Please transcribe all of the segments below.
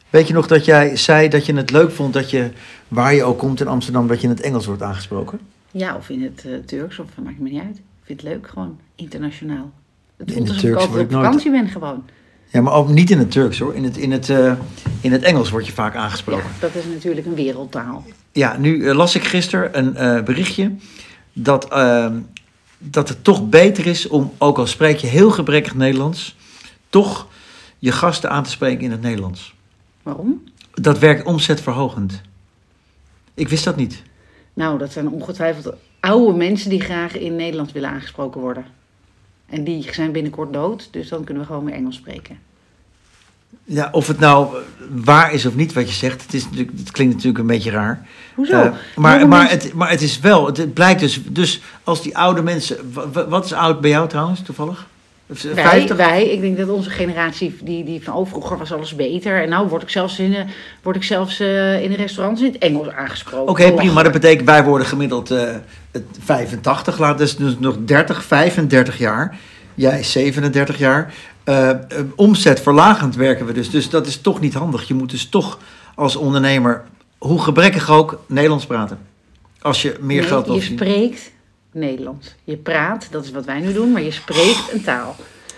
Weet je nog dat jij zei dat je het leuk vond dat je, waar je ook komt in Amsterdam, dat je in het Engels wordt aangesproken? Ja, of in het Turks, of maakt me niet uit. Ik vind het leuk, gewoon internationaal. Het In voelt het alsof ik Turks altijd word op ik nooit- vakantie ben gewoon. Ja, maar ook niet in het Turks hoor. In het Engels word je vaak Ja, aangesproken. dat is natuurlijk een wereldtaal. Ja, nu las ik gisteren een berichtje dat het toch beter is om, ook al spreek je heel gebrekkig Nederlands, toch je gasten aan te spreken in het Nederlands. Waarom? Dat werkt omzetverhogend. Ik wist dat niet. Nou, dat zijn ongetwijfeld oude mensen die graag in Nederlands willen aangesproken worden. En die zijn binnenkort dood, dus dan kunnen we gewoon weer Engels spreken. Ja, of het nou waar is of niet wat je zegt, het klinkt natuurlijk een beetje raar. Hoezo? Maar het is wel, het blijkt dus als die oude mensen, wat is oud bij jou trouwens toevallig? 50? Wij, ik denk dat onze generatie, die van vroeger was alles beter. En nou word ik zelfs in de restaurants in het Engels aangesproken. Oké, prima. Dat betekent, wij worden gemiddeld 85, dus nog 35 jaar. Jij 37 jaar. Omzetverlagend werken we dus. Dus dat is toch niet handig. Je moet dus toch als ondernemer, hoe gebrekkig ook, Nederlands praten. Als je meer geld wil je verdienen. spreekt Nederlands. Je praat, dat is wat wij nu doen, maar je spreekt een taal.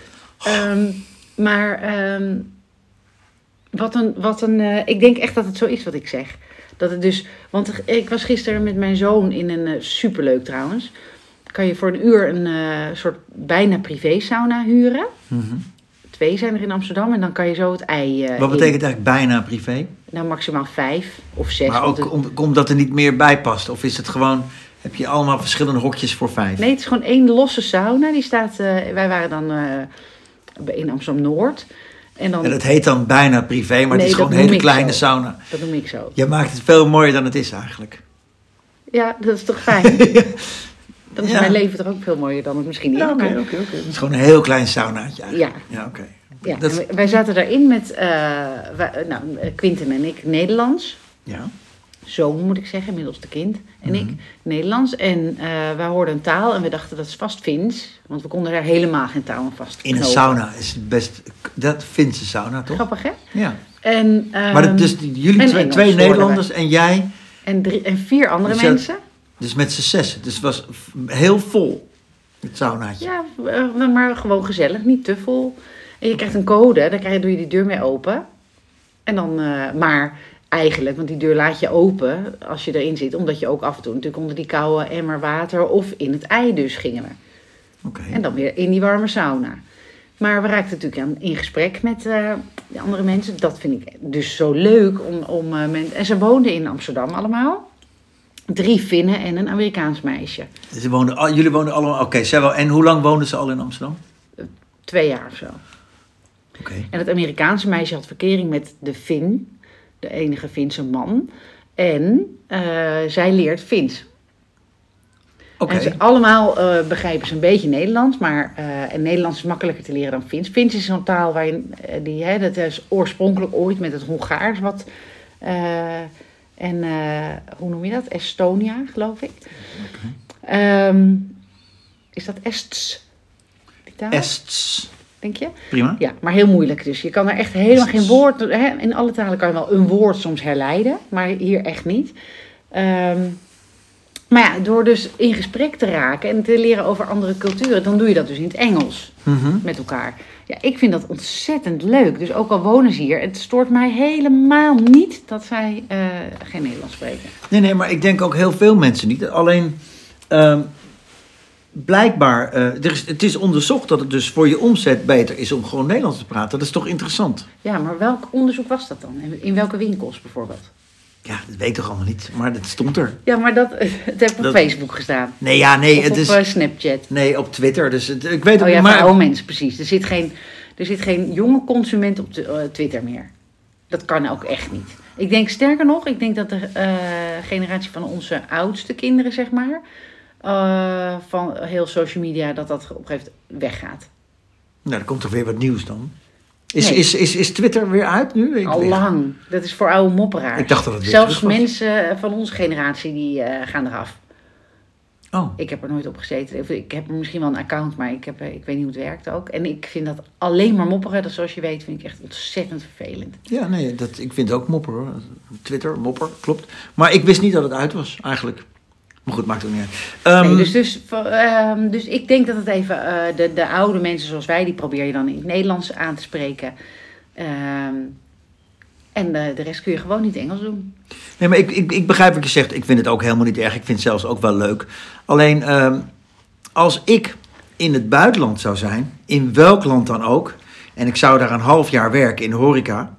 Ik denk echt dat het zo is wat ik zeg. Dat het dus, want ik was gisteren met mijn zoon in een, superleuk trouwens. Kan je voor een uur een soort bijna privé sauna huren. Mm-hmm. 2 zijn er in Amsterdam en dan kan je zo het ei Wat betekent eigenlijk bijna privé? Nou, maximaal 5 of 6. Maar ook omdat er niet meer bij past? Of is het gewoon, heb je allemaal verschillende hokjes voor 5? Nee, het is gewoon 1 losse sauna. Die staat, wij waren dan in Amsterdam-Noord. En dat heet dan bijna privé, maar het is gewoon een hele kleine sauna. Dat noem ik zo. Je maakt het veel mooier dan het is eigenlijk. Ja, dat is toch fijn? Dan is mijn leven toch ook veel mooier dan het misschien niet. Ja, oké. Het is gewoon een heel klein saunaatje eigenlijk. Ja. Oké. Ja, wij zaten daarin met Quinten en ik Nederlands. Ja. Zoon moet ik zeggen, inmiddels de kind en ik Nederlands. En wij hoorden een taal en we dachten dat is vast Fins. Want we konden daar helemaal geen taal aan vast In een sauna is het best, dat Finse sauna toch? Grappig hè? Ja. En, maar dus jullie twee Nederlanders en jij? En 4 andere mensen. Dus met z'n 6. Dus het was heel vol, het saunaatje. Ja, maar gewoon gezellig, niet te vol. En je krijgt een code, daar doe je die deur mee open. En dan, maar eigenlijk, want die deur laat je open als je erin zit. Omdat je ook af en toe natuurlijk onder die koude emmer water of in het ei dus gingen we. Okay. En dan weer in die warme sauna. Maar we raakten natuurlijk in gesprek met de andere mensen. Dat vind ik dus zo leuk om en ze woonden in Amsterdam allemaal. 3 Finnen en een Amerikaans meisje. Dus jullie woonden allemaal, en hoe lang woonden ze al in Amsterdam? 2 jaar of zo. Okay. En het Amerikaanse meisje had verkering met de Fin, de enige Finse man. En zij leert Fins. Okay. En ze allemaal begrijpen ze een beetje Nederlands, maar en Nederlands is makkelijker te leren dan Fins. Fins is zo'n taal waarin dat is oorspronkelijk ooit met het Hongaars hoe noem je dat? Estonia, geloof ik. Okay. Is dat Ests? Ests. Denk je? Prima. Ja, maar heel moeilijk. Dus je kan er echt helemaal geen woord... In alle talen kan je wel een woord soms herleiden, maar hier echt niet. Maar ja, door dus in gesprek te raken en te leren over andere culturen, dan doe je dat dus in het Engels met elkaar. Ja, ik vind dat ontzettend leuk. Dus ook al wonen ze hier, het stoort mij helemaal niet dat zij geen Nederlands spreken. Nee, maar ik denk ook heel veel mensen niet. Alleen, blijkbaar, het is onderzocht dat het dus voor je omzet beter is om gewoon Nederlands te praten. Dat is toch interessant? Ja, maar welk onderzoek was dat dan? In welke winkels bijvoorbeeld? Ja, dat weet ik toch allemaal niet, maar dat stond er. Ja, maar het heeft op Facebook gestaan. Nee, of het op is... Snapchat. Nee, op Twitter. Dus ik weet het ja, maar... voor oude mensen, precies. Er zit geen jonge consument op Twitter meer. Dat kan ook echt niet. Ik denk, sterker nog, dat de generatie van onze oudste kinderen, zeg maar, van heel social media, dat op een gegeven moment weggaat. Nou, er komt toch weer wat nieuws dan? Is Twitter weer uit nu? Al lang. Dat is voor oude mopperaars. Ik dacht dat het weer zelfs terug was. mensen van onze generatie die gaan eraf. Oh, Ik heb er nooit op gezeten. Ik heb misschien wel een account, maar ik weet niet hoe het werkt ook. En ik vind dat alleen maar mopperen, dat zoals je weet, vind ik echt ontzettend vervelend. ja, nee, ik vind het ook mopper hoor. Twitter, mopper, klopt. Maar ik wist niet dat het uit was, eigenlijk. Maar goed, maakt ook niet uit. Nee, dus ik denk dat het even de oude mensen zoals wij, die probeer je dan in het Nederlands aan te spreken. En de rest kun je gewoon niet Engels doen. Nee, maar ik begrijp wat je zegt. Ik vind het ook helemaal niet erg. Ik vind het zelfs ook wel leuk. Alleen, als ik in het buitenland zou zijn, in welk land dan ook, en ik zou daar een half jaar werken in de horeca,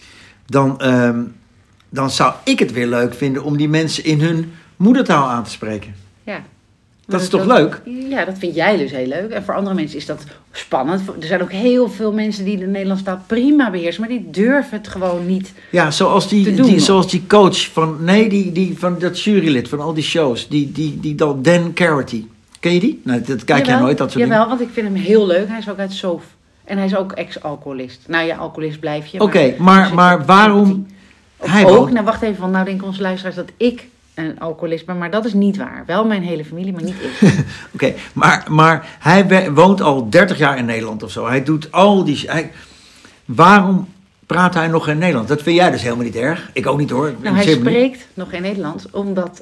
dan zou ik het weer leuk vinden om die mensen in hun moedertaal aan te spreken. Ja. Dat is toch leuk? Ja, dat vind jij dus heel leuk. En voor andere mensen is dat spannend. Er zijn ook heel veel mensen die de Nederlandse taal prima beheersen, maar die durven het gewoon niet. Ja, zoals die coach van dat jurylid van al die shows, die Dan Carity. Ken je die? Nou, dat kijk jij nooit, dat soort dingen. Want ik vind hem heel leuk. Hij is ook uit Soof. En hij is ook ex-alcoholist. Nou ja, alcoholist blijf je. Oké, maar waarom? Wacht even, want nou denken onze luisteraars dat ik een alcoholist ben, maar dat is niet waar. Wel mijn hele familie, maar niet ik. Oké, maar hij woont al 30 jaar in Nederland of zo. Hij doet al die... waarom praat hij nog in Nederland? Dat vind jij dus helemaal niet erg. Ik ook niet hoor. Nou, hij spreekt nog in Nederlands omdat,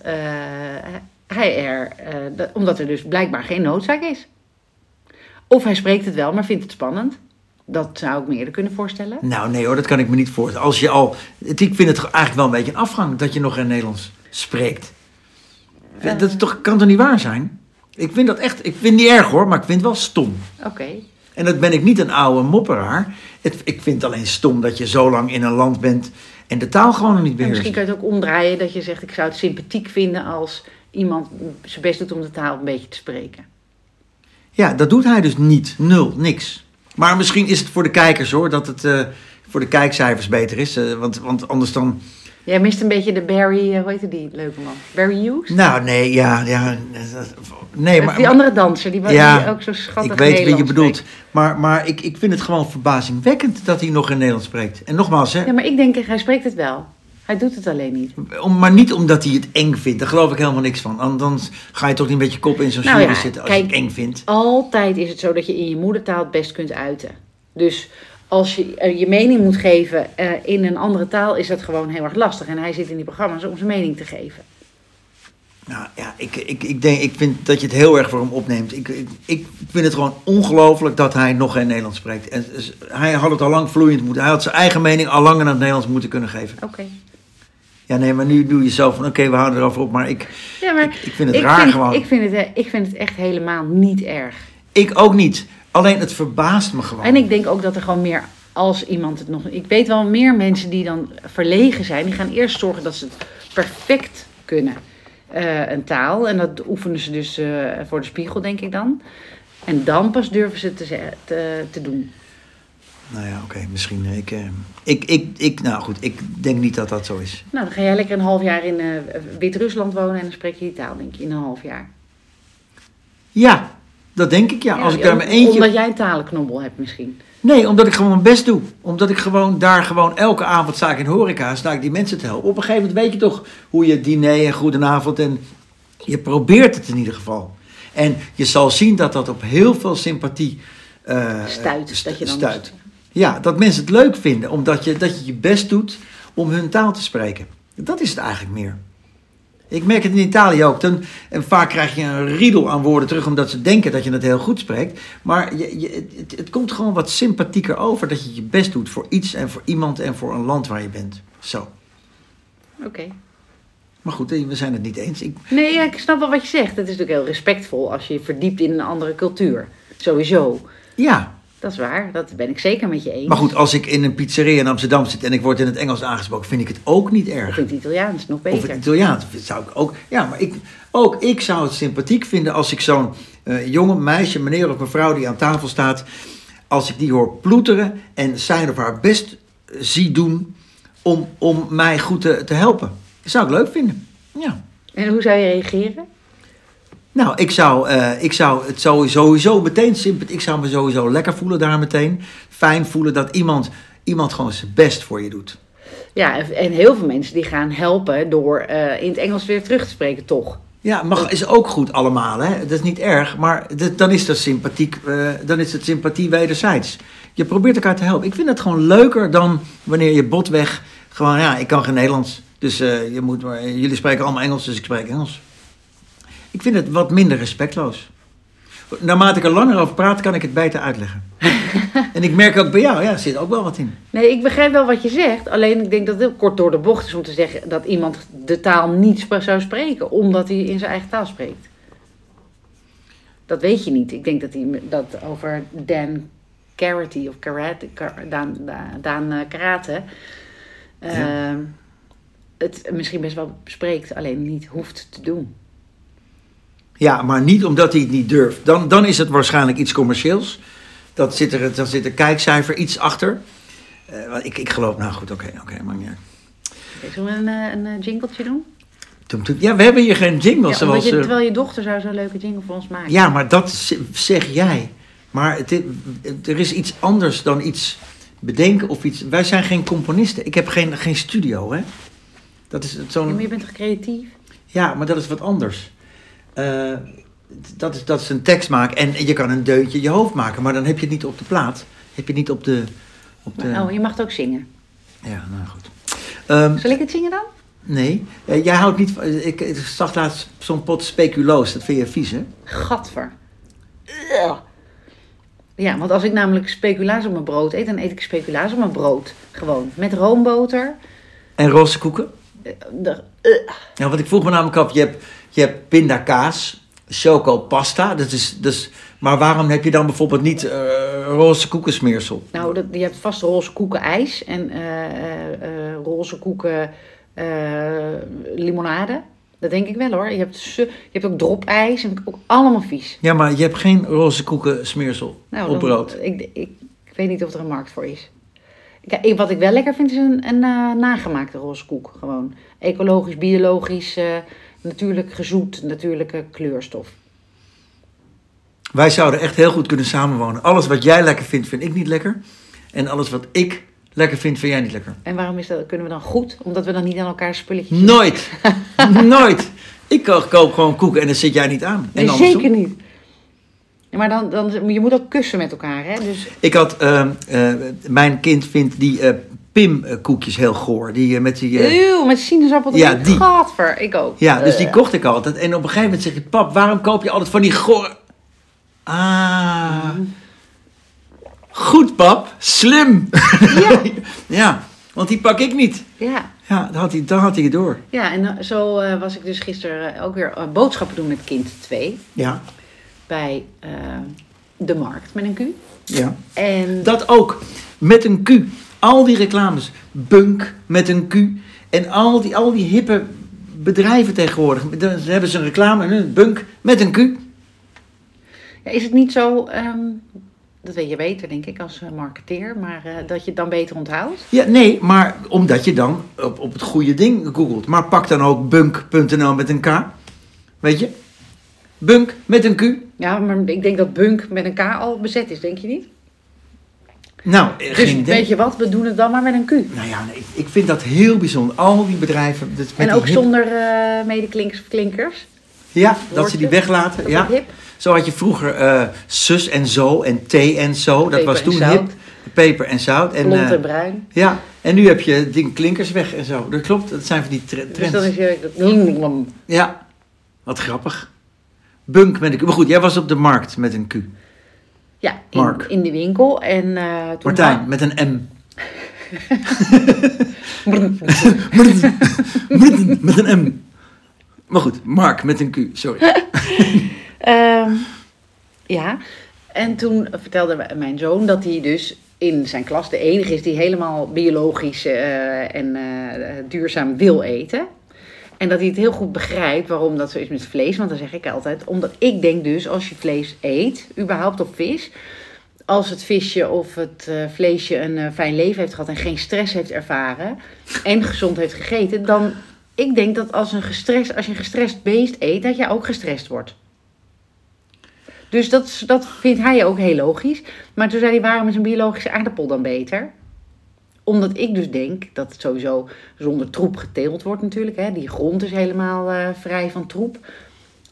omdat er dus blijkbaar geen noodzaak is. Of hij spreekt het wel, maar vindt het spannend. Dat zou ik me eerder kunnen voorstellen. Nou nee hoor, dat kan ik me niet voorstellen. Ik vind het eigenlijk wel een beetje een afgang dat je nog in Nederlands spreekt. Dat kan toch niet waar zijn? Ik vind dat echt, ik vind het niet erg hoor, maar ik vind het wel stom. Oké. En dat ben ik niet een oude mopperaar. Ik vind het alleen stom dat je zo lang in een land bent en de taal gewoon nog niet beheerst. Misschien kun je het ook omdraaien dat je zegt, ik zou het sympathiek vinden als iemand zijn best doet om de taal een beetje te spreken. Ja, dat doet hij dus niet. Nul, niks. Maar misschien is het voor de kijkers hoor, dat het voor de kijkcijfers beter is. Want anders dan... Jij mist een beetje de Barry, hoe heette die leuke man? Barry Hughes? Nou, nee, ja. Nee, maar... Die andere danser, die ook zo schattig ik weet wie je bedoelt. Spreekt. Maar ik vind het gewoon verbazingwekkend dat hij nog in Nederlands spreekt. En nogmaals, hè. Ja, maar ik denk, hij spreekt het wel. Hij doet het alleen niet. Maar niet omdat hij het eng vindt. Daar geloof ik helemaal niks van. Dan ga je toch niet met je kop in zo'n jury zitten als je het eng vindt. Altijd is het zo dat je in je moedertaal het best kunt uiten. Dus als je je mening moet geven in een andere taal, is dat gewoon heel erg lastig. En hij zit in die programma's om zijn mening te geven. Nou ja, ik vind dat je het heel erg voor hem opneemt. Ik vind het gewoon ongelooflijk dat hij nog geen Nederlands spreekt. En hij had het al lang vloeiend moeten. Hij had zijn eigen mening al lang in het Nederlands moeten kunnen geven. Oké. Ja, nee, maar nu doe je zo van, oké, we houden erover op. Maar ik vind het raar gewoon. Ik vind het echt helemaal niet erg. Ik ook niet. Alleen het verbaast me gewoon. En ik denk ook dat er gewoon meer, als iemand het nog... Ik weet wel meer mensen die dan verlegen zijn. Die gaan eerst zorgen dat ze het perfect kunnen. Een taal. En dat oefenen ze dus voor de spiegel, denk ik dan. En dan pas durven ze te doen. Nou ja, oké, misschien. Nou goed, ik denk niet dat dat zo is. Nou, dan ga jij lekker een half jaar in Wit-Rusland wonen en dan spreek je die taal, denk je, in een half jaar. Ja, dat denk ik, ja. Als ik daar mijn eentje... Omdat jij een talenknobbel hebt misschien. Nee, omdat ik gewoon mijn best doe. Omdat ik gewoon elke avond sta ik in horeca, sta ik die mensen te helpen. Op een gegeven moment weet je toch hoe je diner en goedenavond en je probeert het in ieder geval. En je zal zien dat op heel veel sympathie stuit. Ja, dat mensen het leuk vinden, omdat je je best doet om hun taal te spreken. Dat is het eigenlijk meer. Ik merk het in Italië ook. En vaak krijg je een riedel aan woorden terug, omdat ze denken dat je het heel goed spreekt. Maar het komt gewoon wat sympathieker over dat je je best doet voor iets en voor iemand en voor een land waar je bent. Zo. Oké. Maar goed, we zijn het niet eens. Nee, ja, ik snap wel wat je zegt. Het is natuurlijk heel respectvol als je je verdiept in een andere cultuur. Sowieso. Ja. Dat is waar, dat ben ik zeker met je eens. Maar goed, als ik in een pizzeria in Amsterdam zit en ik word in het Engels aangesproken, vind ik het ook niet erg. Of in het Italiaans, nog beter. Of in het Italiaans zou ik ook. Ja, maar ik zou het sympathiek vinden als ik zo'n jonge meisje, meneer of mevrouw die aan tafel staat, als ik die hoor ploeteren en zijn of haar best zie doen om mij goed te helpen. Dat zou ik leuk vinden. Ja. En hoe zou je reageren? Nou, ik zou het sowieso meteen ik zou me sowieso lekker voelen daar meteen. Fijn voelen dat iemand gewoon zijn best voor je doet. Ja, en heel veel mensen die gaan helpen door in het Engels weer terug te spreken, toch? Ja, is ook goed allemaal, hè. Dat is niet erg, maar dan is dat sympathiek, dan is het sympathie wederzijds. Je probeert elkaar te helpen. Ik vind het gewoon leuker dan wanneer je botweg gewoon, ja, ik kan geen Nederlands. Dus jullie spreken allemaal Engels, dus ik spreek Engels. Ik vind het wat minder respectloos. Naarmate ik er langer over praat, kan ik het beter uitleggen. En ik merk ook bij jou, ja, er zit ook wel wat in. Nee, ik begrijp wel wat je zegt. Alleen ik denk dat het heel kort door de bocht is om te zeggen dat iemand de taal niet zou spreken, omdat hij in zijn eigen taal spreekt. Dat weet je niet. Ik denk dat hij dat over Dan Karate of Daan Karate het misschien best wel bespreekt, alleen niet hoeft te doen. Ja, maar niet omdat hij het niet durft. Dan is het waarschijnlijk iets commercieels. Dan zit er kijkcijfer iets achter. Ik geloof, nou goed, oké, maakt niet uit. Zullen we een jingletje doen? Ja, we hebben hier geen jingle. Ja, zoals, terwijl je dochter zou zo'n leuke jingle voor ons maken. Ja, maar dat zeg jij. Maar er is iets anders dan iets bedenken of iets. Wij zijn geen componisten. Ik heb geen studio, hè. Dat is zo'n... Ja, maar je bent toch creatief? Ja, maar dat is wat anders. Dat is een tekst maken en je kan een deuntje in je hoofd maken, maar dan heb je het niet op de plaat. Heb je het niet op de... Oh, je mag het ook zingen. Ja, nou goed. Zal ik het zingen dan? Nee, jij houdt niet van... Ik zag laatst zo'n pot speculoos, dat vind je vies, hè? Gadver. Ugh. Ja, want als ik namelijk speculaas op mijn brood eet, dan eet ik speculaas op mijn brood. Gewoon, met roomboter. En roze koeken? Ja, want ik vroeg me namelijk af, je hebt pindakaas, chocopasta, maar waarom heb je dan bijvoorbeeld niet roze koekensmeersel? Nou, je hebt vast roze koekenijs en roze koeken limonade. Dat denk ik wel hoor. Je hebt ook dropijs en ook allemaal vies. Ja, maar je hebt geen roze koekensmeersel op brood. Ik weet niet of er een markt voor is. Wat ik wel lekker vind is een nagemaakte roze koek. Gewoon ecologisch, biologisch, natuurlijk gezoet, natuurlijke kleurstof. Wij zouden echt heel goed kunnen samenwonen. Alles wat jij lekker vindt, vind ik niet lekker. En alles wat ik lekker vind jij niet lekker. En waarom kunnen we dan goed? Omdat we dan niet aan elkaar spulletjes... Nooit! Nooit! Ik koop gewoon koeken en dan zit jij niet aan. Nee, zeker niet. Ja, maar dan, je moet ook kussen met elkaar, hè? Dus... Ik had... mijn kind vindt die Pim-koekjes heel goor. Die met die... met sinaasappel. Ja, die. Gadver, ik ook. Ja, dus die kocht ik altijd. En op een gegeven moment zeg je... Pap, waarom koop je altijd van die goor... Goed, pap. Slim. Ja. Ja, want die pak ik niet. Ja. Ja, dan had hij het door. Ja, en zo was ik dus gisteren ook weer boodschappen doen met kind 2. Ja. Bij de markt met een Q. Ja. En... Dat ook. Met een Q. Al die reclames. Bunk met een Q. En al die hippe bedrijven tegenwoordig. Dan hebben ze een reclame en een Bunk met een Q. Ja, is het niet zo... dat weet je beter, denk ik, als marketeer. Maar dat je het dan beter onthoudt? Ja, nee, maar omdat je dan op het goede ding googelt. Maar pak dan ook bunk.nl met een K. Weet je? Bunk met een Q. Ja, maar ik denk dat Bunk met een K al bezet is, denk je niet? Nou, dus geen idee. Weet je wat, we doen het dan maar met een Q. Nou ja, nee, ik vind dat heel bijzonder. Al die bedrijven... En ook zonder medeklinkers of klinkers? Ja, dat ze die weglaten. Dat ja. hip. Zo had je vroeger zus en zo en thee en zo. Dat Peper was toen en zout. hip. Peper en zout. En, blond en bruin. Ja, en nu heb je klinkers weg en zo. Dat klopt, dat zijn van die trends. Dus dan is je... Ja, wat grappig. Bunk met een Q. Maar goed, jij was op de markt met een Q. Ja, Mark. in de winkel. En, toen Martijn, met een M. Met een M. Maar goed, Mark met een Q, sorry. Ja, en toen vertelde mijn zoon dat hij dus in zijn klas de enige is die helemaal biologisch en duurzaam wil eten. En dat hij het heel goed begrijpt waarom dat zo is met vlees. Want dan zeg ik altijd, omdat ik denk dus als je vlees eet, überhaupt op vis, als het visje of het vleesje een fijn leven heeft gehad en geen stress heeft ervaren en gezond heeft gegeten, dan ik denk dat als je een gestrest beest eet, dat je ook gestrest wordt. Dus dat vindt hij ook heel logisch. Maar toen zei hij, waarom is een biologische aardappel dan beter? Omdat ik dus denk dat het sowieso zonder troep geteeld wordt natuurlijk. Hè. Die grond is helemaal vrij van troep.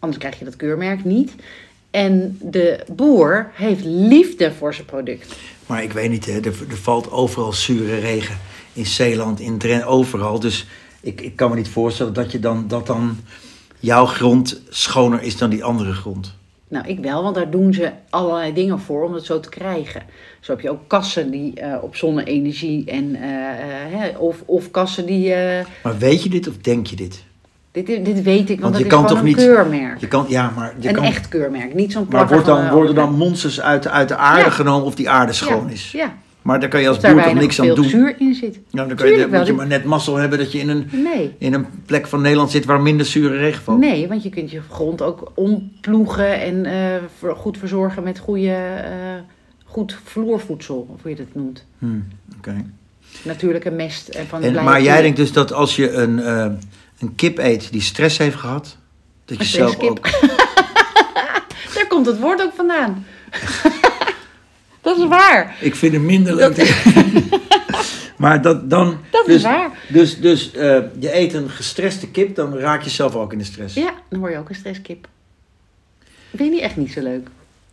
Anders krijg je dat keurmerk niet. En de boer heeft liefde voor zijn product. Maar ik weet niet, hè, er valt overal zure regen. In Zeeland, in Drenthe, overal. Dus ik kan me niet voorstellen dat dan jouw grond schoner is dan die andere grond. Nou, ik wel, want daar doen ze allerlei dingen voor om het zo te krijgen. Zo heb je ook kassen die op zonne-energie en of kassen die... Maar weet je dit of denk je dit? Dit weet ik, want je dat kan is toch gewoon een niet, keurmerk. Echt keurmerk, niet zo'n Maar plakker worden dan monsters uit de aarde genomen of die aarde schoon is? Ja. Maar daar kan je als Of daar boer toch niks aan doen? veel zuur in zit. Ja, dan moet je maar net mazzel hebben dat je in een plek van Nederland zit waar minder zure regen valt. Nee, want je kunt je grond ook omploegen en goed verzorgen met goed vloervoedsel, of hoe je dat noemt. Okay. Natuurlijke mest. Maar jij denkt dus dat als je een kip eet die stress heeft gehad, dat je zelf ook... Daar komt het woord ook vandaan. Dat is waar. Ik vind het minder leuk. Maar dat is waar. Dus je eet een gestreste kip, dan raak je zelf ook in de stress. Ja, dan word je ook een stresskip. Vind je die echt niet zo leuk?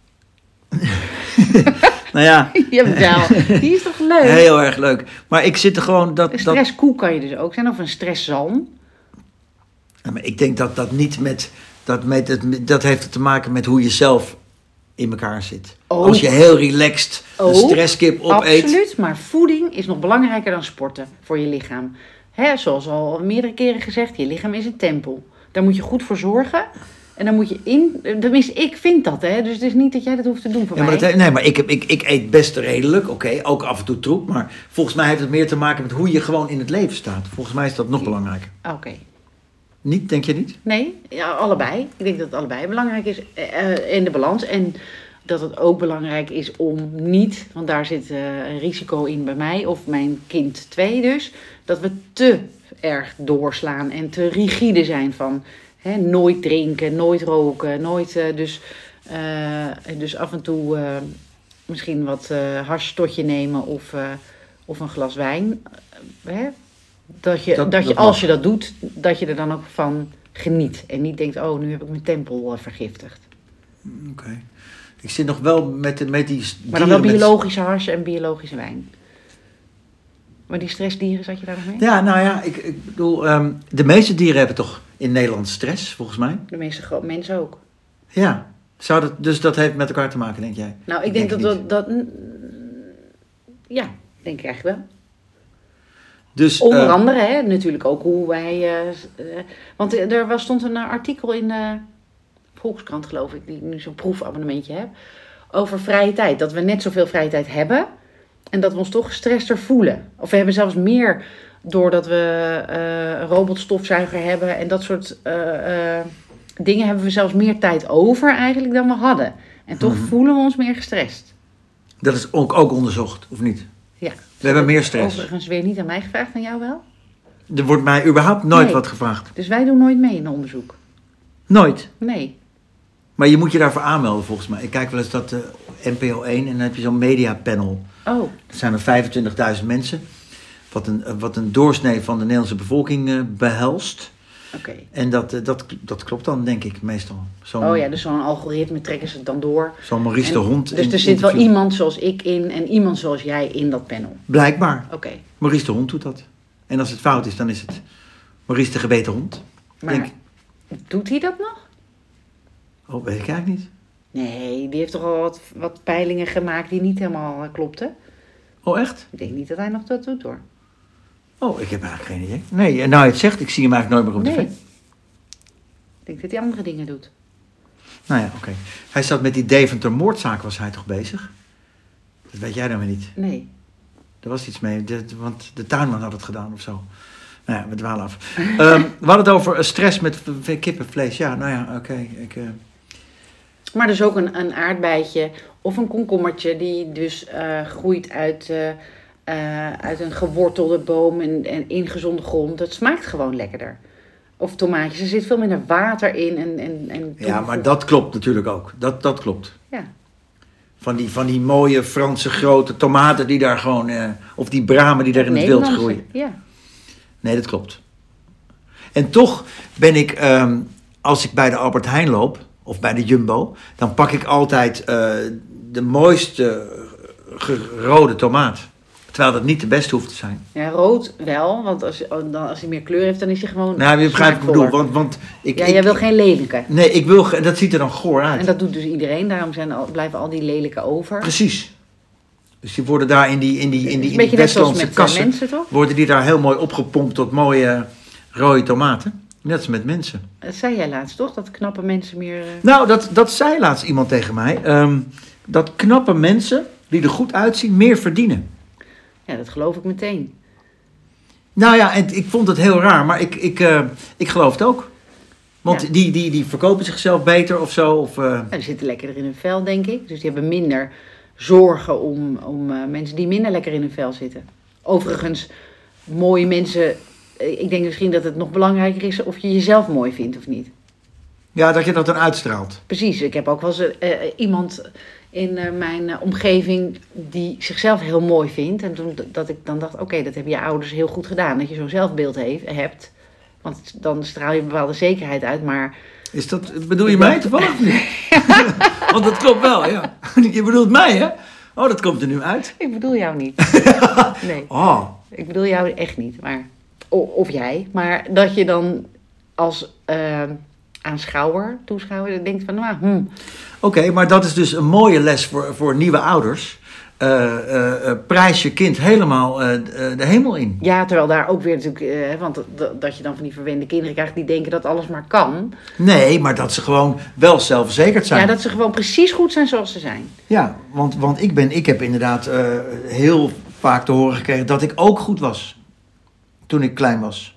Nou ja. Jawel, die is toch leuk? Heel erg leuk. Maar ik zit er gewoon... Een stresskoe kan je dus ook zijn, of een stresszalm. Ja, maar ik denk dat niet met... Dat heeft te maken met hoe je zelf in elkaar zit. Als je heel relaxed een stresskip opeet... Absoluut, maar voeding is nog belangrijker dan sporten voor je lichaam. Zoals al meerdere keren gezegd, je lichaam is een tempel. Daar moet je goed voor zorgen. En dan moet je tenminste, ik vind dat, hè. Dus het is niet dat jij dat hoeft te doen voor mij. Maar ik eet best redelijk, oké, ook af en toe troep. Maar volgens mij heeft het meer te maken met hoe je gewoon in het leven staat. Volgens mij is dat nog belangrijker. Oké. Niet, denk je niet? Nee, ja, allebei. Ik denk dat het allebei belangrijk is in de balans. En dat het ook belangrijk is om niet, want daar zit een risico in bij mij, of mijn kind 2 dus, dat we te erg doorslaan en te rigide zijn van... nooit drinken, nooit roken, nooit... Dus af en toe misschien wat hash tot je nemen of een glas wijn. Als je dat doet, dat je er dan ook van geniet. En niet denkt, oh, nu heb ik mijn tempel vergiftigd. Oké. Ik zit nog wel met die... Maar dan wel biologische hash en biologische wijn. Maar die stressdieren, zat je daar nog mee? Ja, nou ja, ik bedoel... de meeste dieren hebben toch in Nederland stress, volgens mij? De meeste mensen ook. Ja. Dus dat heeft met elkaar te maken, denk jij? Nou, ik denk dat... Ja, denk ik eigenlijk wel. Dus, onder andere, natuurlijk ook hoe wij... want er stond een artikel in de Volkskrant, geloof ik, die ik nu zo'n proefabonnementje heb, over vrije tijd. Dat we net zoveel vrije tijd hebben en dat we ons toch gestrester voelen. Of we hebben zelfs meer doordat we een robotstofzuiger hebben en dat soort dingen hebben we zelfs meer tijd over eigenlijk dan we hadden. En toch voelen we ons meer gestrest. Dat is ook onderzocht, of niet? Ja. We hebben meer stress. Overigens weer niet aan mij gevraagd, aan jou wel? Er wordt mij überhaupt nooit wat gevraagd. Dus wij doen nooit mee in onderzoek? Nooit? Nee. Maar je moet je daarvoor aanmelden volgens mij. Ik kijk wel eens dat NPO 1 en dan heb je zo'n mediapanel. Oh. Dat zijn er 25.000 mensen. Wat een doorsnee van de Nederlandse bevolking behelst. Oké. En dat klopt dan, denk ik, meestal. Dus zo'n algoritme trekken ze het dan door. Zo'n Maurice de Hond. Dus er zit wel iemand zoals ik in en iemand zoals jij in dat panel. Blijkbaar. Oké. Maurice de Hond doet dat. En als het fout is, dan is het Maurice de gebeten hond. Maar doet hij dat nog? Oh, weet ik eigenlijk niet. Nee, die heeft toch al wat peilingen gemaakt die niet helemaal klopten. Oh, echt? Ik denk niet dat hij nog dat doet, hoor. Oh, ik heb eigenlijk geen idee. Nee, nou je het zegt, ik zie hem eigenlijk nooit meer op tv. Ik denk dat hij andere dingen doet. Nou ja, oké. Hij zat met die Deventer moordzaak, was hij toch bezig? Dat weet jij dan weer niet. Nee. Er was iets mee, want de tuinman had het gedaan of zo. Nou ja, we dwalen af. We hadden het over stress met kippenvlees. Ja, nou ja, oké. Maar dus ook een aardbeidje of een komkommertje die dus groeit uit een gewortelde boom en ingezonde grond. Dat smaakt gewoon lekkerder. Of tomaatjes, er zit veel minder water in. En ja, maar dat klopt natuurlijk ook. Dat klopt. Ja. Van die mooie Franse grote tomaten die daar gewoon... of die bramen die daar in het wild groeien. Ja. Nee, dat klopt. En toch ben ik als ik bij de Albert Heijn loop, of bij de Jumbo, dan pak ik altijd de mooiste rode tomaat. Terwijl dat niet de beste hoeft te zijn. Ja, rood wel, want als hij meer kleur heeft, dan is hij gewoon Nou, je begrijpt wat ik bedoel. smaakvoller. Want Jij wil geen lelijke. Nee, dat ziet er dan goor uit. En dat doet dus iedereen, daarom blijven al die lelijke over. Precies. Dus die worden daar in die Het is een die beetje net zoals Westlandse met kassen, mensen, toch? worden die daar heel mooi opgepompt tot mooie rode tomaten. Net als met mensen. Dat zei jij laatst, toch? Dat knappe mensen meer... Nou, dat zei laatst iemand tegen mij. Dat knappe mensen, die er goed uitzien, meer verdienen. Ja, dat geloof ik meteen. Nou ja, en ik vond het heel raar, maar ik geloof het ook. Want Ja. die verkopen zichzelf beter of zo. Of, Ja, die zitten lekkerder in hun vel, denk ik. Dus die hebben minder zorgen om mensen die minder lekker in hun vel zitten. Overigens, mooie mensen... Ik denk misschien dat het nog belangrijker is of je jezelf mooi vindt of niet. ja, dat je dat dan uitstraalt. Precies, ik heb ook wel eens iemand in mijn omgeving die zichzelf heel mooi vindt. En toen dat ik dan dacht, oké, dat hebben je ouders heel goed gedaan. Dat je zo'n zelfbeeld hebt. Want dan straal je een bepaalde zekerheid uit, maar... Bedoel je mij toevallig of niet? Want dat klopt wel, ja. Je bedoelt mij, hè? Oh, dat komt er nu uit. Ik bedoel jou niet. Nee, Oh, ik bedoel jou echt niet. Maar, of jij. Maar dat je dan als toeschouwer denkt van... Nou, oké, maar dat is dus een mooie les voor nieuwe ouders. Prijs je kind helemaal de hemel in. Ja, terwijl daar ook weer natuurlijk... want dat je dan van die verwende kinderen krijgt die denken dat alles maar kan. Nee, maar dat ze gewoon wel zelfverzekerd zijn. Ja, dat ze gewoon precies goed zijn zoals ze zijn. Ja, want ik heb inderdaad heel vaak te horen gekregen dat ik ook goed was. Toen ik klein was.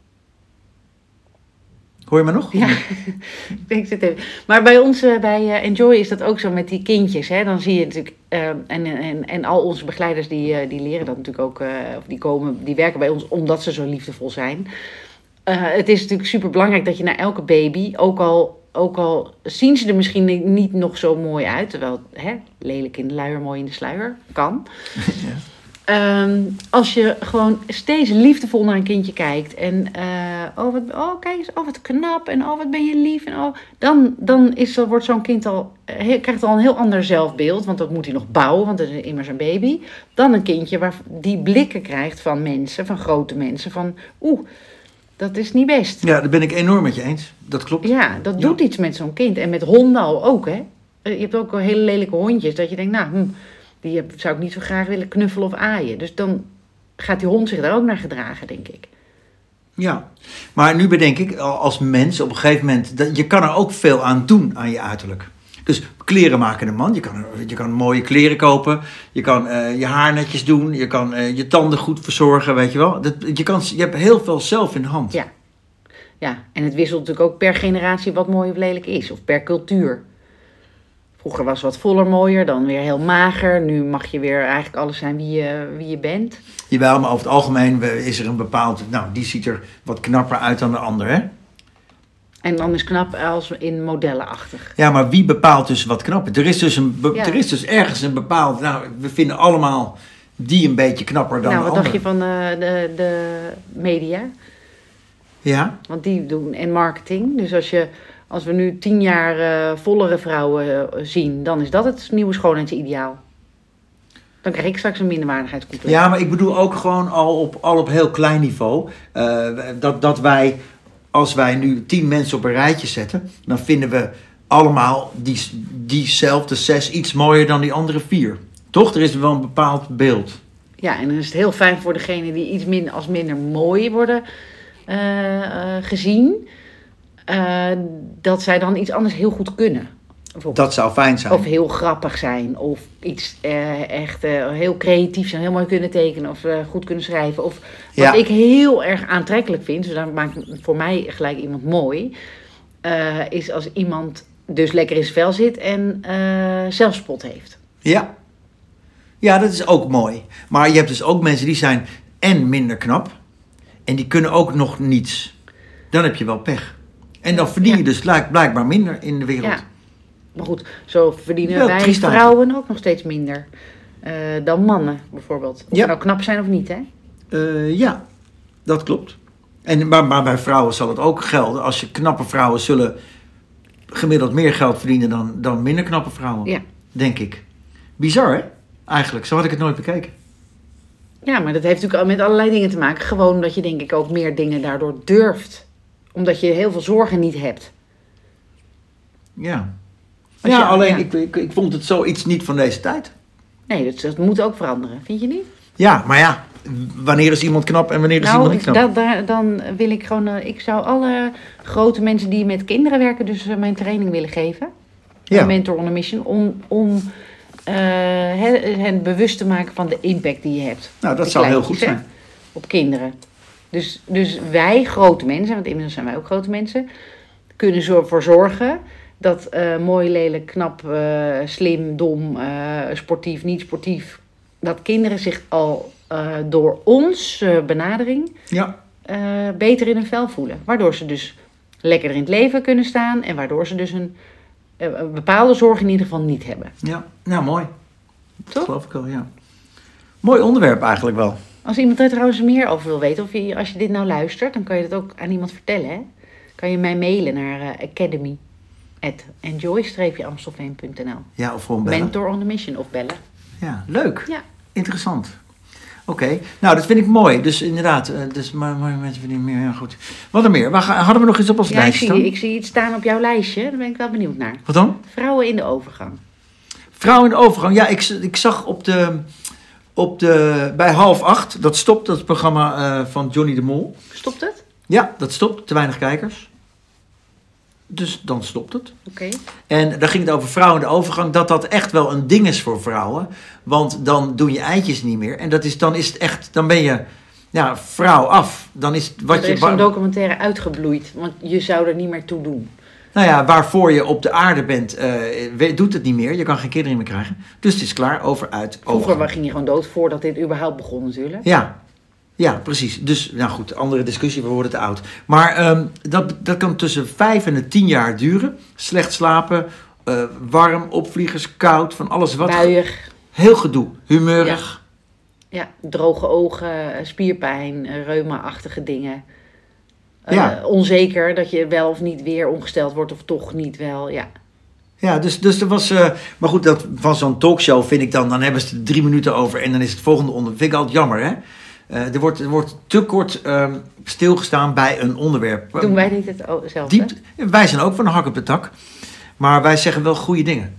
Hoor je me nog? Ja, ik zit even. Maar bij ons, bij Enjoy is dat ook zo met die kindjes. Hè? Dan zie je natuurlijk, en al onze begeleiders die leren dat natuurlijk ook, of die werken bij ons omdat ze zo liefdevol zijn. Het is natuurlijk super belangrijk dat je naar elke baby, ook al zien ze er misschien niet nog zo mooi uit, terwijl lelijk in de luier, mooi in de sluier, kan. Ja. Als je gewoon steeds liefdevol naar een kindje kijkt en kijk eens, wat knap en wat ben je lief en dan wordt zo'n kind krijgt al een heel ander zelfbeeld, want dat moet hij nog bouwen, want dat is immers een baby, dan een kindje waar die blikken krijgt van mensen, van grote mensen, van dat is niet best. Ja, daar ben ik enorm met je eens. Dat klopt. Ja, dat doet iets met zo'n kind en met honden al ook, hè. Je hebt ook hele lelijke hondjes dat je denkt, die zou ik niet zo graag willen knuffelen of aaien. Dus dan gaat die hond zich daar ook naar gedragen, denk ik. Ja, maar nu bedenk ik als mens op een gegeven moment... je kan er ook veel aan doen aan je uiterlijk. Dus kleren maken een man. Je kan mooie kleren kopen. Je kan je haar netjes doen. Je kan je tanden goed verzorgen, weet je wel. Je hebt heel veel zelf in de hand. Ja, en het wisselt natuurlijk ook per generatie wat mooi of lelijk is. Of per cultuur. Vroeger was wat voller mooier, dan weer heel mager. Nu mag je weer eigenlijk alles zijn wie je bent. Jawel, maar over het algemeen is er een bepaald... Nou, die ziet er wat knapper uit dan de ander, hè? En dan is knap als in modellenachtig. Ja, maar wie bepaalt dus wat knap is? Er is dus ergens een bepaald... Nou, we vinden allemaal die een beetje knapper dan de ander. Wat dacht je van de media? Ja? Want die doen en marketing. Dus als we nu 10 jaar vollere vrouwen zien, dan is dat het nieuwe schoonheidsideaal. Dan krijg ik straks een minderwaardigheidscomplex. Ja, maar ik bedoel ook gewoon al op heel klein niveau. Dat wij, als wij nu 10 mensen op een rijtje zetten, dan vinden we allemaal diezelfde 6 iets mooier dan die andere 4. Toch? Er is wel een bepaald beeld. Ja, en dan is het heel fijn voor degenen die iets minder mooi worden gezien. Dat zij dan iets anders heel goed kunnen. Dat zou fijn zijn. Of heel grappig zijn. Of iets echt heel creatief zijn. Heel mooi kunnen tekenen. Of goed kunnen schrijven. Of wat ik heel erg aantrekkelijk vind. Dus daar maakt voor mij gelijk iemand mooi. Is als iemand dus lekker in zijn vel zit. En zelfspot heeft. Ja. Ja, dat is ook mooi. Maar je hebt dus ook mensen die zijn en minder knap. En die kunnen ook nog niets. Dan heb je wel pech. En dan verdien je dus blijkbaar minder in de wereld. Ja. Maar goed, zo verdienen Wel, wij vrouwen ook nog steeds minder dan mannen bijvoorbeeld. Of ze nou knap zijn of niet, hè? Ja, dat klopt. Maar bij vrouwen zal het ook gelden. Als je knappe vrouwen zullen gemiddeld meer geld verdienen dan minder knappe vrouwen. Ja. Denk ik. Bizar, hè? Eigenlijk. Zo had ik het nooit bekeken. Ja, maar dat heeft natuurlijk al met allerlei dingen te maken. Gewoon omdat je denk ik ook meer dingen daardoor durft. Omdat je heel veel zorgen niet hebt. Ja. Als Ja, je- alleen ja. ik vond het zoiets niet van deze tijd. Nee, dat moet ook veranderen. Vind je niet? Ja, maar ja. Wanneer is iemand knap en wanneer is iemand niet knap? Dan wil ik gewoon... ik zou alle grote mensen die met kinderen werken... dus mijn training willen geven. Ja. Een mentor on a mission. Om hen bewust te maken van de impact die je hebt. Nou, dat De zou heel kleintjes, goed hè, zijn. op kinderen. Dus wij grote mensen... want inmiddels zijn wij ook grote mensen... kunnen ervoor zorgen... dat mooi, lelijk, knap, slim, dom, sportief, niet sportief... dat kinderen zich al door ons benadering... Ja. beter in hun vel voelen. Waardoor ze dus lekkerder in het leven kunnen staan... en waardoor ze dus een bepaalde zorg in ieder geval niet hebben. Ja. Nou, mooi. Dat Toch? geloof ik wel, ja. Mooi onderwerp eigenlijk wel. Als iemand er trouwens meer over wil weten... of als je dit nou luistert... dan kan je dat ook aan iemand vertellen. Hè? Kan je mij mailen naar academy@enjoy-amstelveen.nl. Ja, of gewoon bellen. Mentor on a mission of bellen. Ja, leuk. Ja. Interessant. Oké, nou dat vind ik mooi. Dus inderdaad, maar mensen vinden meer. Ja, goed. Wat er meer? Hadden we nog iets op ons Ja, ik lijstje staan? zie iets staan op jouw lijstje. Daar ben ik wel benieuwd naar. Wat dan? Vrouwen in de overgang. Vrouw in de overgang. Ja, ik zag bij 7:30, dat stopt, dat programma van Johnny de Mol. Stopt het? Ja, dat stopt. Te weinig kijkers. Dus dan stopt het. Oké. En daar ging het over vrouwen in de overgang. Dat echt wel een ding is voor vrouwen. Want dan doen je eitjes niet meer. En dan is het echt, dan ben je vrouw af. Dan is wat Er is zo'n documentaire uitgebloeid. Want je zou er niet meer toe doen. Nou ja, waarvoor je op de aarde bent, doet het niet meer. Je kan geen kinderen meer krijgen. Dus het is klaar, uit. Vroeger ging je gewoon dood voordat dit überhaupt begon natuurlijk. Ja, precies. Dus, nou goed, andere discussie, we worden te oud. Maar dat kan tussen 5 en 10 jaar duren. Slecht slapen, warm, opvliegers, koud, van alles wat. Buiig. Heel gedoe, humeurig. Ja, droge ogen, spierpijn, reuma-achtige dingen. Onzeker dat je wel of niet weer ongesteld wordt of toch niet wel, ja. Ja, dus er was... maar goed, van zo'n talkshow vind ik dan hebben ze er 3 minuten over en dan is het volgende onderwerp. Vind ik altijd jammer, hè? Er wordt te kort stilgestaan bij een onderwerp. Doen wij niet hetzelfde? Wij zijn ook van de hak op de tak. Maar wij zeggen wel goede dingen.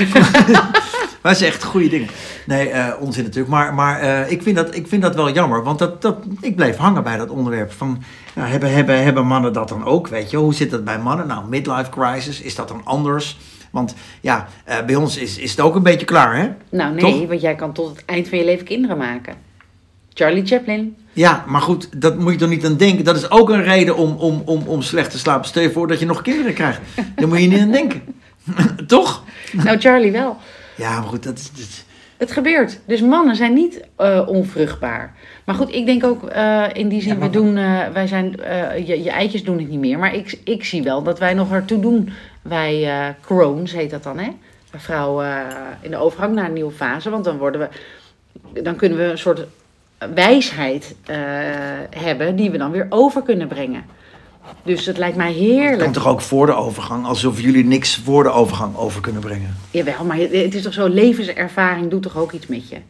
Wij zeggen echt goede dingen. Nee, onzin natuurlijk. Maar ik vind dat wel jammer. Want ik bleef hangen bij dat onderwerp. Van, hebben mannen dat dan ook? Weet je, hoe zit dat bij mannen? Nou, midlife crisis, is dat dan anders? Want ja, bij ons is het ook een beetje klaar, hè? Nou nee, toch? Want jij kan tot het eind van je leven kinderen maken. Charlie Chaplin. Ja, maar goed, dat moet je toch niet aan denken. Dat is ook een reden om slecht te slapen. Stel je voor dat je nog kinderen krijgt. Daar moet je niet aan denken. Toch? Nou, Charlie wel. Ja, maar goed, dat is... Het gebeurt. Dus mannen zijn niet onvruchtbaar. Maar goed, ik denk ook in die zin, wij zijn, je eitjes doen het niet meer. Maar ik zie wel dat wij nog ertoe doen. Wij, Crohn's heet dat dan, hè? Bij vrouwen in de overgang naar een nieuwe fase. Want dan kunnen we een soort wijsheid hebben die we dan weer over kunnen brengen. Dus het lijkt mij heerlijk. Dat kan toch ook voor de overgang, alsof jullie niks voor de overgang over kunnen brengen? Jawel, maar het is toch zo, levenservaring doet toch ook iets met je?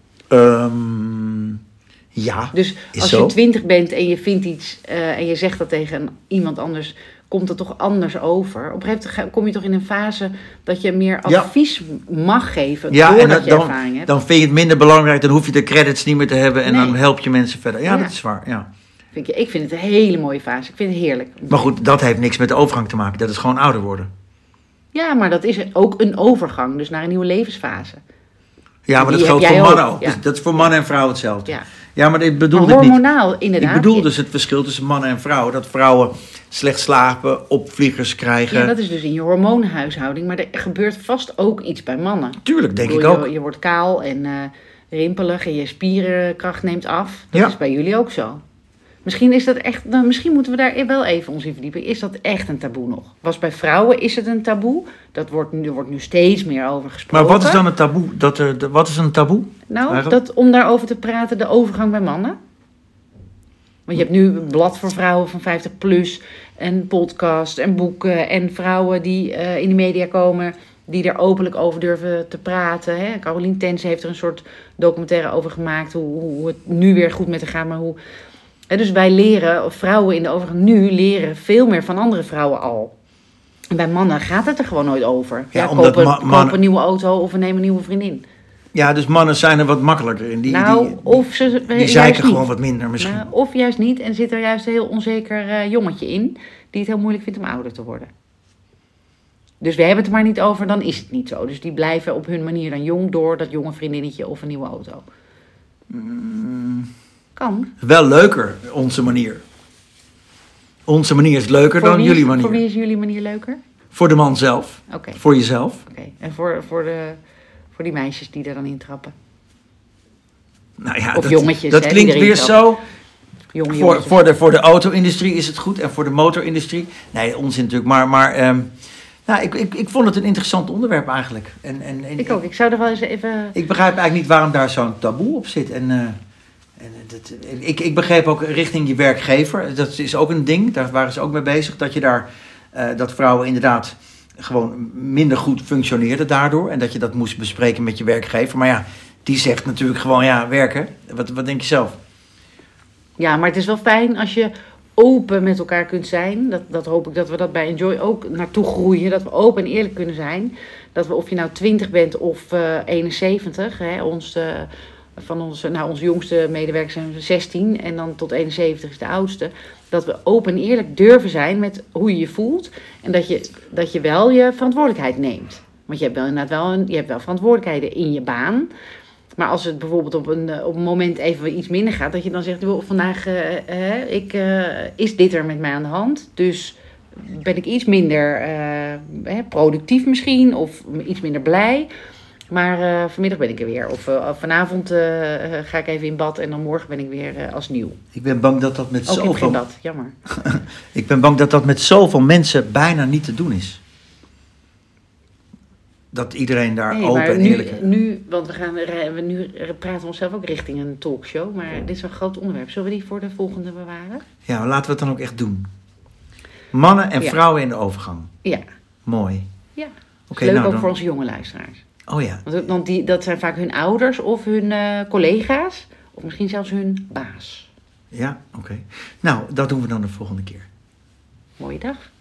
Ja, dus als je 20 bent en je vindt iets en je zegt dat tegen iemand anders, komt het toch anders over? Op een gegeven moment kom je toch in een fase dat je meer advies mag geven doordat je ervaring hebt. Dan vind je het minder belangrijk, dan hoef je de credits niet meer te hebben en dan help je mensen verder. Ja, dat is waar, ja. Ik vind het een hele mooie fase. Ik vind het heerlijk. Maar goed, dat heeft niks met de overgang te maken. Dat is gewoon ouder worden. Ja, maar dat is ook een overgang. Dus naar een nieuwe levensfase. Ja, maar dat geldt voor mannen ook. Ja. Dus dat is voor mannen en vrouwen hetzelfde. Ja, maar ik bedoel het hormonaal, niet. Inderdaad. Ik bedoel dus het verschil tussen mannen en vrouwen. Dat vrouwen slecht slapen, opvliegers krijgen. Ja, dat is dus in je hormoonhuishouding. Maar er gebeurt vast ook iets bij mannen. Tuurlijk, denk ik ook. Je wordt kaal en rimpelig en je spierenkracht neemt af. Dat is bij jullie ook zo. Misschien is dat echt, misschien moeten we daar wel even ons in verdiepen. Is dat echt een taboe nog? Bij vrouwen is het een taboe. Er wordt nu steeds meer over gesproken. Maar wat is dan een taboe? Wat is een taboe? Nou, om daarover te praten, de overgang bij mannen. Want je hebt nu een blad voor vrouwen van 50 plus. En podcast en boeken. En vrouwen die in de media komen. Die er openlijk over durven te praten. Hè? Caroline Tense heeft er een soort documentaire over gemaakt. Hoe het nu weer goed met haar gaat. Maar hoe... Dus wij leren, of vrouwen in de overgang nu leren veel meer van andere vrouwen al. En bij mannen gaat het er gewoon nooit over. Ja, koop een nieuwe auto of we nemen een nieuwe vriendin. Ja, dus mannen zijn er wat makkelijker in. Die zeiken gewoon wat minder misschien. Nou, of juist niet en zit er juist een heel onzeker jongetje in. Die het heel moeilijk vindt om ouder te worden. Dus we hebben het er maar niet over, dan is het niet zo. Dus die blijven op hun manier dan jong door dat jonge vriendinnetje of een nieuwe auto. Kan. Wel leuker, onze manier. Onze manier is leuker dan jullie manier. Voor wie is jullie manier leuker? Voor de man zelf. Okay. Voor jezelf. Oké. En voor die meisjes die er dan intrappen? Nou ja, of jongetjes. Dat klinkt weer zo. Voor de auto-industrie is het goed. En voor de motorindustrie. Nee, onzin natuurlijk. Maar ik vond het een interessant onderwerp eigenlijk. Ik ook. Ik zou er wel eens even... Ik begrijp eigenlijk niet waarom daar zo'n taboe op zit. Ik begreep ook richting je werkgever. Dat is ook een ding. Daar waren ze ook mee bezig. Dat vrouwen inderdaad gewoon minder goed functioneerden daardoor. En dat je dat moest bespreken met je werkgever. Maar ja, die zegt natuurlijk gewoon werken. Wat denk je zelf? Ja, maar het is wel fijn als je open met elkaar kunt zijn. Dat hoop ik dat we dat bij Enjoy ook naartoe groeien. Dat we open en eerlijk kunnen zijn. Dat we, of je nou 20 bent of 71. Hè, onze jongste medewerkers zijn 16. En dan tot 71 is de oudste. Dat we open en eerlijk durven zijn met hoe je je voelt. En dat je wel je verantwoordelijkheid neemt. Want je hebt wel inderdaad je hebt wel verantwoordelijkheden in je baan. Maar als het bijvoorbeeld op een moment even iets minder gaat, dat je dan zegt, vandaag is dit er met mij aan de hand. Dus ben ik iets minder productief misschien of iets minder blij. Maar vanmiddag ben ik er weer. Of vanavond ga ik even in bad en dan morgen ben ik weer als nieuw. Ik ben bang dat dat met ook zoveel... in geen bad, jammer. Ik ben bang dat dat met zoveel mensen bijna niet te doen is. Dat iedereen daar open en eerlijk is. Want nu praten we onszelf ook richting een talkshow. Maar dit is een groot onderwerp. Zullen we die voor de volgende bewaren? Ja, maar laten we het dan ook echt doen. Mannen en vrouwen in de overgang. Ja. Mooi. Ja. Okay, leuk ook voor onze jonge luisteraars. Oh ja. Want dat zijn vaak hun ouders of hun collega's. Of misschien zelfs hun baas. Ja, oké. Nou, dat doen we dan de volgende keer. Mooie dag.